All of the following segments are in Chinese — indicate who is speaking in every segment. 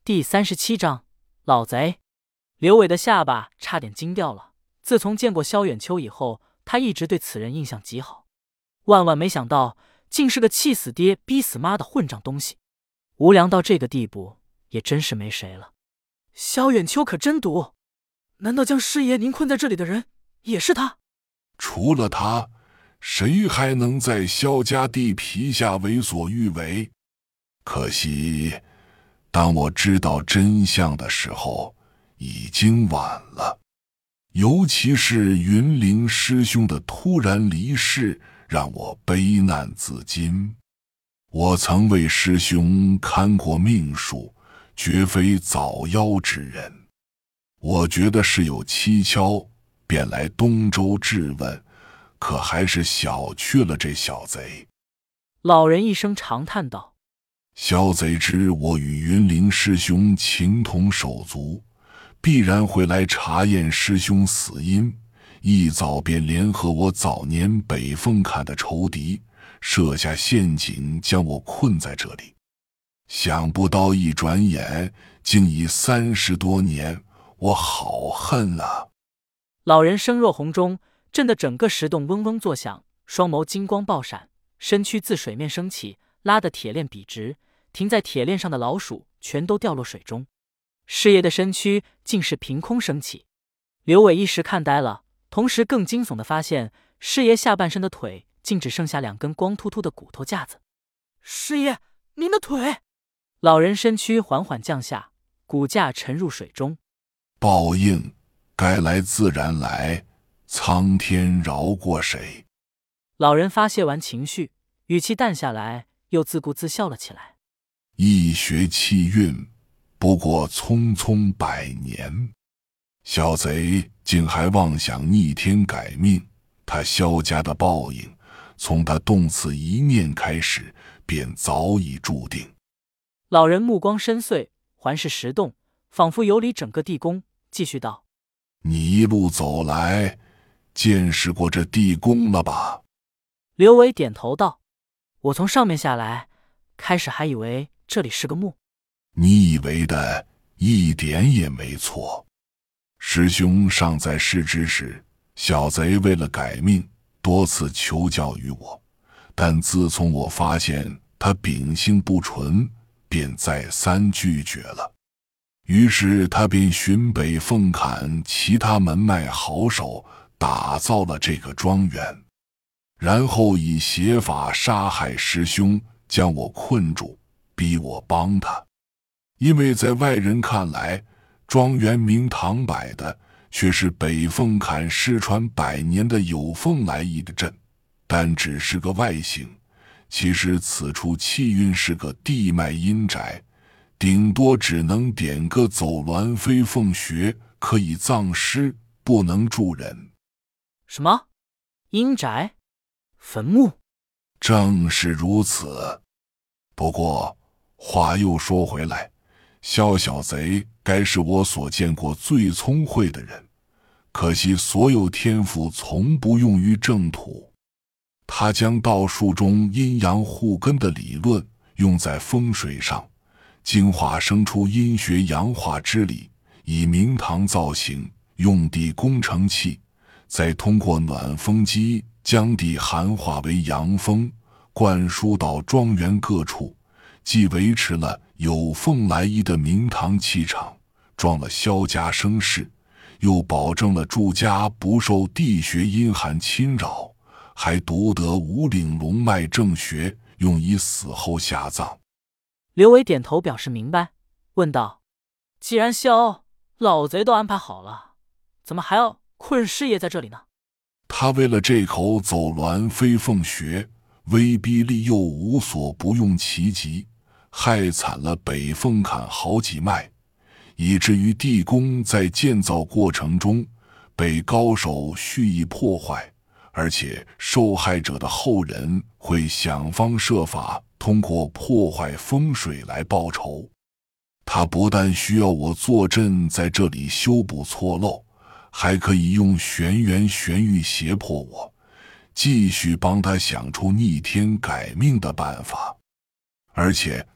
Speaker 1: 第37章，老贼。刘伟的下巴差点惊掉了。自从见过萧远秋以后，他一直对此人印象极好。万万没想到，竟是个气死爹逼死妈的混账东西。无良到这个地步，也真是没谁了。萧远秋可真毒！难道将师爷您困在这里的人也是他？
Speaker 2: 除了他，谁还能在萧家地皮下为所欲为？可惜，当我知道真相的时候，已经晚了。尤其是云灵师兄的突然离世，让我悲难自禁。我曾为师兄看过命数，绝非早夭之人。我觉得事有蹊跷，便来东州质问，可还是小觑了这小贼。
Speaker 1: 老人一声长叹道：
Speaker 2: 小贼知我与云灵师兄情同手足，必然会来查验师兄死因，一早便联合我早年北凤坎的仇敌，设下陷阱将我困在这里。想不到一转眼竟已30多年，我好恨啊！
Speaker 1: 老人声若洪钟，震得整个石洞嗡嗡作响，双眸金光爆闪，身躯自水面升起，拉得铁链笔直，停在铁链上的老鼠全都掉落水中。师爷的身躯竟是凭空升起。刘伟一时看呆了，同时更惊悚地发现，师爷下半身的腿竟只剩下2根光秃秃的骨头架子。师爷，您的腿！老人身躯缓缓降下，骨架沉入水中。
Speaker 2: 报应该来自然来，苍天饶过谁？
Speaker 1: 老人发泄完情绪，语气淡下来，又自顾自笑了起来。
Speaker 2: 一学气运，不过匆匆100年。小贼竟还妄想逆天改命，他萧家的报应，从他动此一念开始，便早已注定。
Speaker 1: 老人目光深邃，环视石洞，仿佛游离整个地宫，继续道：
Speaker 2: 你一路走来，见识过这地宫了吧？
Speaker 1: 刘伟点头道：我从上面下来，开始还以为这里是个墓。
Speaker 2: 你以为的一点也没错。师兄尚在世之时，小贼为了改命，多次求教于我，但自从我发现他秉性不纯，便再三拒绝了。于是他便寻北凤坎其他门脉好手，打造了这个庄园，然后以邪法杀害师兄，将我困住，逼我帮他。因为在外人看来，庄园名堂摆的却是北凤坎失传100年的有凤来意的阵，但只是个外形，其实此处气运是个地脉阴宅，顶多只能点个走鸾飞凤穴，可以葬尸，不能助人。
Speaker 1: 什么？阴宅？坟墓？
Speaker 2: 正是如此。不过话又说回来，萧小贼该是我所见过最聪慧的人，可惜所有天赋从不用于正途。他将道术中阴阳互根的理论用在风水上，精化生出阴学阳化之理，以明堂造型，用地工程器，再通过暖风机将地寒化为阳风，灌输到庄园各处，既维持了有凤来意的明堂气场，壮了萧家声势，又保证了住家不受地穴阴寒侵扰，还独得五岭龙脉正穴，用以死后下葬。
Speaker 1: 刘伟点头表示明白，问道：既然萧老贼都安排好了，怎么还要困师爷在这里呢？
Speaker 2: 他为了这口走鸾飞凤穴，威逼利诱，无所不用其极，害惨了北凤坎好几脉，以至于地宫在建造过程中被高手蓄意破坏，而且受害者的后人会想方设法通过破坏风水来报仇。他不但需要我坐镇在这里修补错漏，还可以用玄元玄玉胁迫我，继续帮他想出逆天改命的办法。而且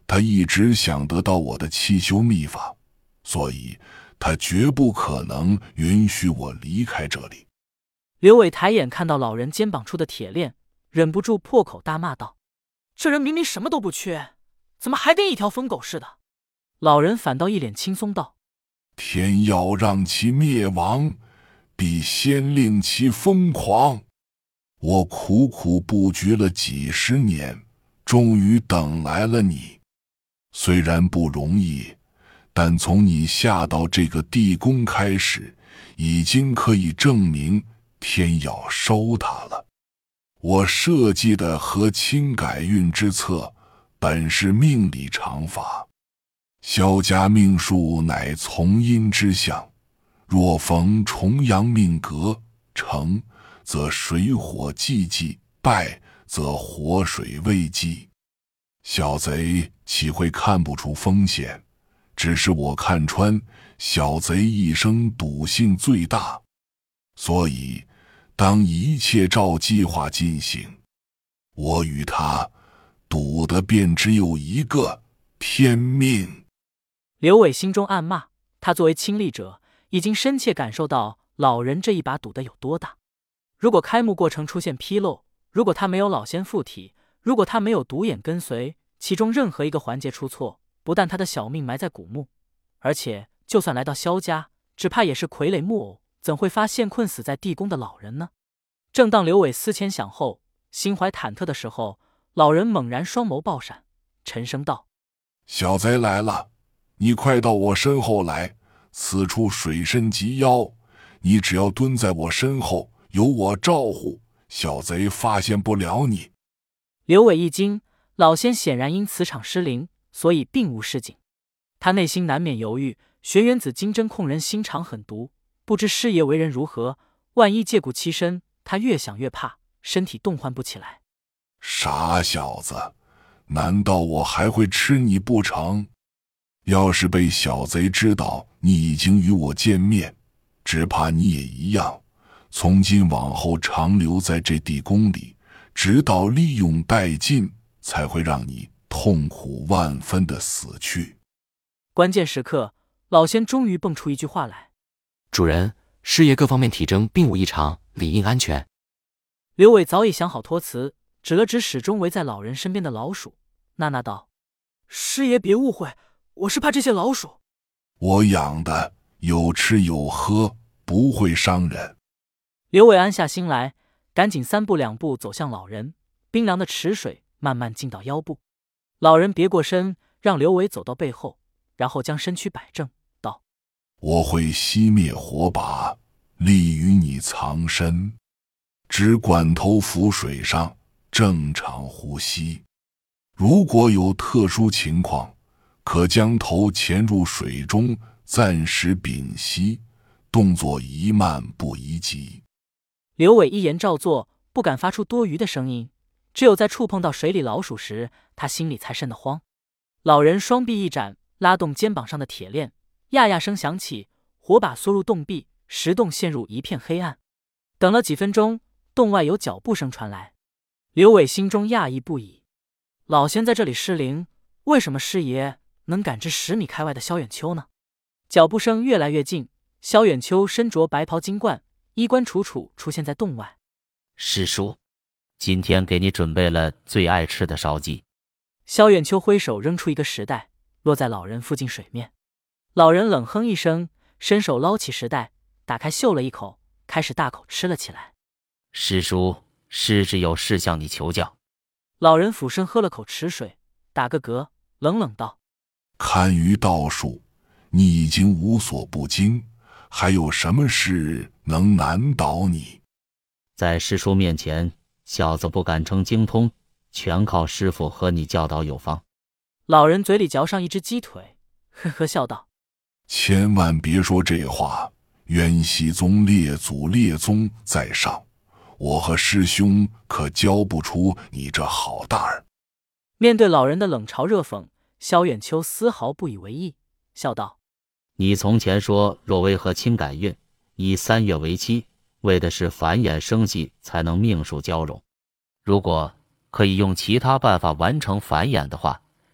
Speaker 2: 他一直想得到我的七修秘法，所以他绝不可能允许我离开这里。
Speaker 1: 刘伟抬眼看到老人肩膀处的铁链，忍不住破口大骂道：“这人明明什么都不缺，怎么还跟一条疯狗似的？”老人反倒一脸轻松道：“
Speaker 2: 天要让其灭亡，必先令其疯狂。我苦苦布局了几十年，终于等来了你。虽然不容易，但从你下到这个地宫开始，已经可以证明天要收他了。我设计的和清改运之策，本是命理常法。萧家命数乃从阴之象，若逢重阳命格，成则水火既济，败则火水未济。小贼岂会看不出风险？只是我看穿小贼一生赌性最大，所以当一切照计划进行，我与他赌的便只有一个天命。”
Speaker 1: 刘伟心中暗骂，他作为亲历者，已经深切感受到老人这一把赌的有多大。如果开幕过程出现纰漏，如果他没有老仙附体，如果他没有独眼跟随，其中任何一个环节出错，不但他的小命埋在古墓，而且就算来到萧家，只怕也是傀儡木偶，怎会发现困死在地宫的老人呢？正当刘伟思前想后，心怀忐忑的时候，老人猛然双眸爆闪，沉声道：“
Speaker 2: 小贼来了，你快到我身后来，此处水深及腰，你只要蹲在我身后，有我照护，小贼发现不了你。”
Speaker 1: 刘伟一惊，老仙显然因磁场失灵，所以并无示警。他内心难免犹豫，玄元子金针控人心肠狠毒，不知师爷为人如何，万一借故欺身，他越想越怕，身体动唤不起来。
Speaker 2: 傻小子，难道我还会吃你不成？要是被小贼知道你已经与我见面，只怕你也一样，从今往后长留在这地宫里，直到利用殆尽，才会让你痛苦万分的死去。
Speaker 1: 关键时刻，老仙终于蹦出一句话来：“
Speaker 3: 主人，师爷各方面体征并无异常，理应安全。”
Speaker 1: 刘伟早已想好托辞，指了指始终围在老人身边的老鼠，呐呐道：“师爷别误会，我是怕这些老鼠。
Speaker 2: 我养的有吃有喝，不会伤人。”
Speaker 1: 刘伟安下心来，赶紧3步2步走向老人，冰凉的池水慢慢进到腰部。老人别过身，让刘伟走到背后，然后将身躯摆正，道：“
Speaker 2: 我会熄灭火把，利于你藏身，只管头浮水上，正常呼吸。如果有特殊情况，可将头潜入水中，暂时屏息，动作宜慢不宜急。”
Speaker 1: 刘伟一言照做，不敢发出多余的声音，只有在触碰到水里老鼠时，他心里才瘆得慌。老人双臂一展，拉动肩膀上的铁链，呀呀声响起，火把缩入洞壁，石洞陷入一片黑暗。等了几分钟，洞外有脚步声传来，刘伟心中讶异不已。老仙在这里失灵，为什么师爷能感知10米开外的萧远秋呢？脚步声越来越近，萧远秋身着白袍金冠，衣冠楚楚出现在洞外。
Speaker 4: 师叔，今天给你准备了最爱吃的烧鸡。
Speaker 1: 萧远秋挥手扔出一个石袋，落在老人附近水面。老人冷哼一声，伸手捞起石袋，打开嗅了一口，开始大口吃了起来。
Speaker 4: 师叔，师侄有事向你求教。
Speaker 1: 老人俯身喝了口池水，打个嗝，冷冷道：“
Speaker 2: 堪舆道术，你已经无所不精，还有什么事能难倒你？”
Speaker 4: 在师叔面前，小子不敢称精通，全靠师傅和你教导有方。
Speaker 1: 老人嘴里嚼上一只鸡腿，呵呵笑道：“
Speaker 2: 千万别说这话，元熙宗列祖列宗在上，我和师兄可教不出你这好蛋儿。”
Speaker 1: 面对老人的冷嘲热讽，萧远秋丝毫不以为意，笑道：“
Speaker 4: 你从前说若为和亲改运，以3月为期，为的是繁衍生息才能命数交融。如果可以用其他办法完成繁衍的话，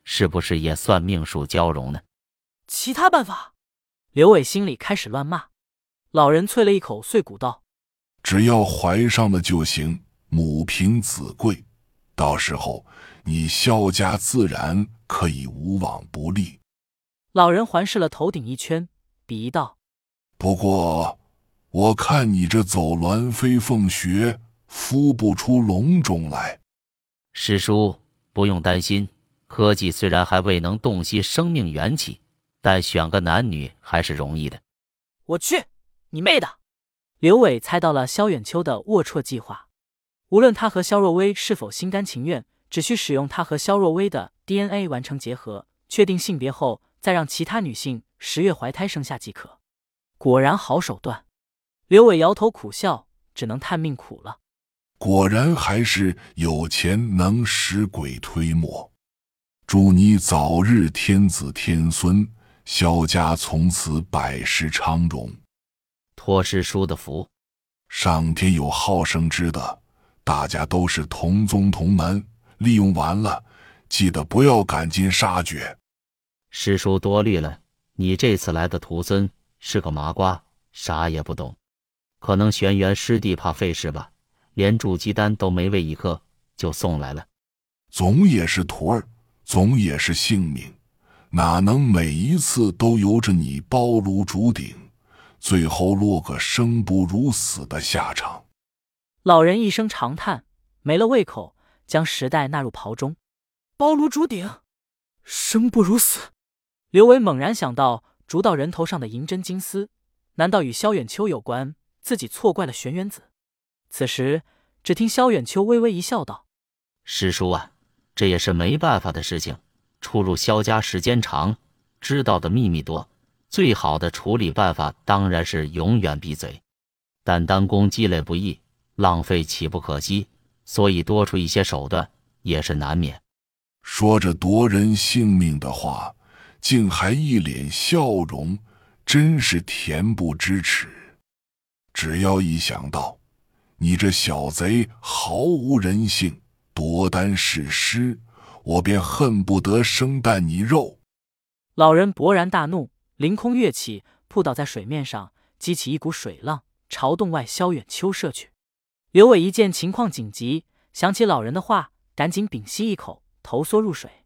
Speaker 4: 是不是也算命术交融呢？
Speaker 1: 其他办法？刘伟心里开始乱骂。老人啐了一口碎骨道：
Speaker 2: 只要怀上了就行，母凭子贵，到时候你萧家自然可以无往不利。
Speaker 1: 老人环视了头顶一圈，鄙夷道：
Speaker 2: 不过我看你这走鸾飞凤穴，孵不出龙种来。
Speaker 4: 师叔不用担心，科技虽然还未能洞悉生命元气，但选个男女还是容易的。
Speaker 1: 我去，你妹的！刘伟猜到了萧远秋的龌龊计划。无论他和萧若薇是否心甘情愿，只需使用他和萧若薇的 DNA 完成结合，确定性别后，再让其他女性10月怀胎生下即可。果然好手段。刘伟摇头苦笑，只能叹命苦了。
Speaker 2: 果然还是有钱能使鬼推磨。祝你早日天子天孙，萧家从此百世昌荣。
Speaker 4: 托师叔的福。
Speaker 2: 上天有好生之德，大家都是同宗同门，利用完了，记得不要赶尽杀绝。
Speaker 4: 师叔多虑了，你这次来的徒孙是个麻瓜，啥也不懂，可能玄元师弟怕费事吧，连筑基丹都没喂一颗就送来了。
Speaker 2: 总也是徒儿，总也是性命，哪能每一次都由着你包炉煮鼎，最后落个生不如死的下场。
Speaker 1: 老人一声长叹，没了胃口，将食袋纳入袍中。包炉煮鼎，生不如死。刘伟猛然想到竹道人头上的银针金丝，难道与萧远秋有关？自己错怪了玄元子。此时只听萧远秋微微一笑道：
Speaker 4: 师叔啊，这也是没办法的事情，出入萧家时间长，知道的秘密多，最好的处理办法当然是永远闭嘴。但丹功积累不易，浪费岂不可惜，所以多出一些手段也是难免。
Speaker 2: 说着夺人性命的话，竟还一脸笑容，真是恬不知耻。只要一想到你这小贼毫无人性，夺丹弑师，我便恨不得生啖你肉。
Speaker 1: 老人勃然大怒，凌空跃起，扑倒在水面上，激起一股水浪，朝洞外萧远秋射去。刘伟一见情况紧急，想起老人的话，赶紧屏息一口，头缩入水。